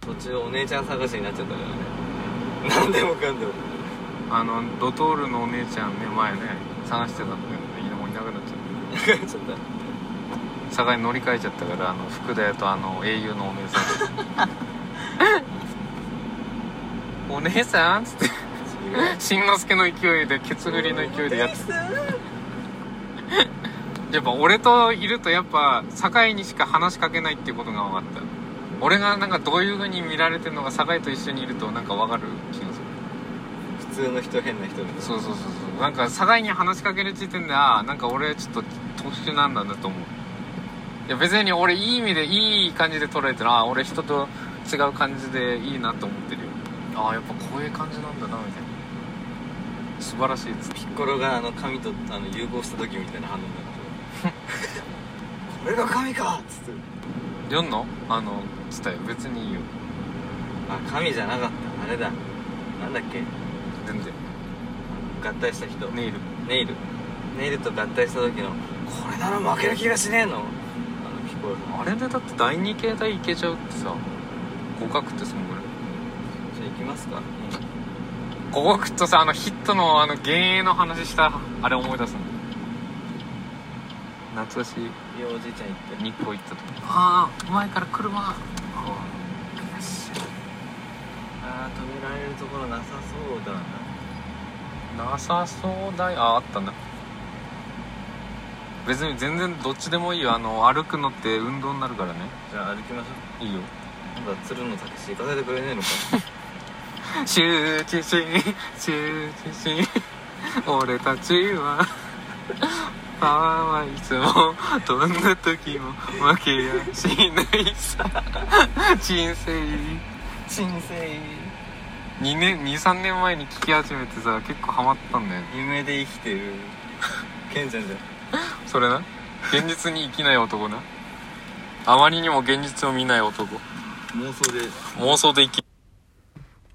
途中お姉ちゃん探しになっちゃったからね。何でもかんでもドトールのお姉ちゃんね、前ね探してたんだけどね、今もいなくなっちゃったちょっと境に乗り換えちゃったから、福田屋と英雄のお姉さんお姉さんっつってしんのすけの勢いで、ケツ振りの勢いでやってやっぱ俺といるとやっぱ堺にしか話しかけないっていうことが分かった。俺がなんかどういう風に見られてるのが堺と一緒にいるとなんか分かる気がする。 普通の人変な人みたいな。 そうなんか堺に話しかける時点でなんか俺ちょっと特殊なんだなと思う。いや別に俺いい意味でいい感じで捉えてる。俺人と違う感じでいいなと思ってるよ。やっぱこういう感じなんだなみたいな。素晴らしいです。 ピッコロが神と融合した時みたいな反応になってこれが神かっつって読んのつったよ。別にいいよ。 神じゃなかった、あれだ、なんだっけ、 全然合体した人、 ネイルと合体した時のこれなら負ける気がしねえのピッコロあれでだって第2形態いけちゃうってさ、互角ってそのぐらい。 じゃあ行きますか。 互角とさ、ヒットの幻影の話したあれ思い出すの。懐かしい。 いやおじいちゃん行って日光行った時、前から車よし、 止められるところなさそうだな。 なさそうだよ。あったんだ。別に全然どっちでもいいよ。歩くのって運動になるからね。 じゃあ歩きましょいいよ。 う。今度は鶴のタクシー行かせてくれねえのか羞恥心俺たちはいつもどんな時も負けやしないさ人生2,3 年前に聞き始めてさ、結構ハマったんだよね。 夢で生きてるケンちゃんじゃん。 それな、現実に生きない男な。あまりにも現実を見ない男。 妄想で妄想で生き